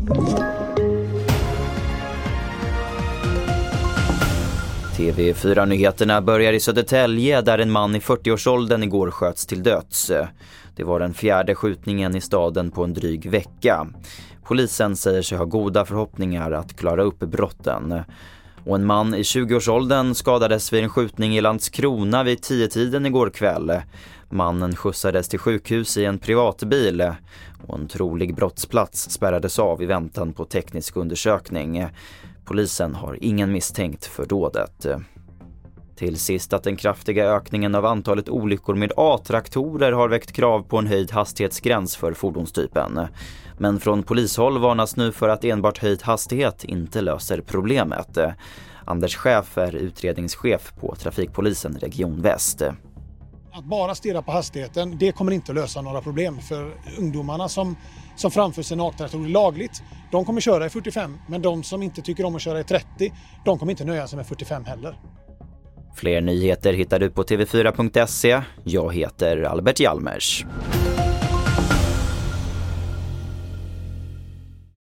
TV4-nyheterna börjar i Södertälje där en man i 40-årsåldern igår sköts till döds. Det var den 4:e skjutningen i staden på en dryg vecka. Polisen säger sig ha goda förhoppningar att klara upp brotten. Och en man i 20-årsåldern skadades vid en skjutning i Landskrona vid 10-tiden igår kväll. Mannen skjutsades till sjukhus i en privatbil och en trolig brottsplats spärrades av i väntan på teknisk undersökning. Polisen har ingen misstänkt för dådet. Till sist att den kraftiga ökningen av antalet olyckor med A-traktorer har väckt krav på en höjd hastighetsgräns för fordonstypen. Men från polishåll varnas nu för att enbart höjd hastighet inte löser problemet. Anders Schäf är utredningschef på Trafikpolisen Region Väst. Att bara stirra på hastigheten, det kommer inte att lösa några problem. För ungdomarna som framför sina A-traktorer lagligt, de kommer köra i 45. Men de som inte tycker om att köra i 30, de kommer inte nöja sig med 45 heller. Fler nyheter hittar du på tv4.se. Jag heter Albert Hjalmers.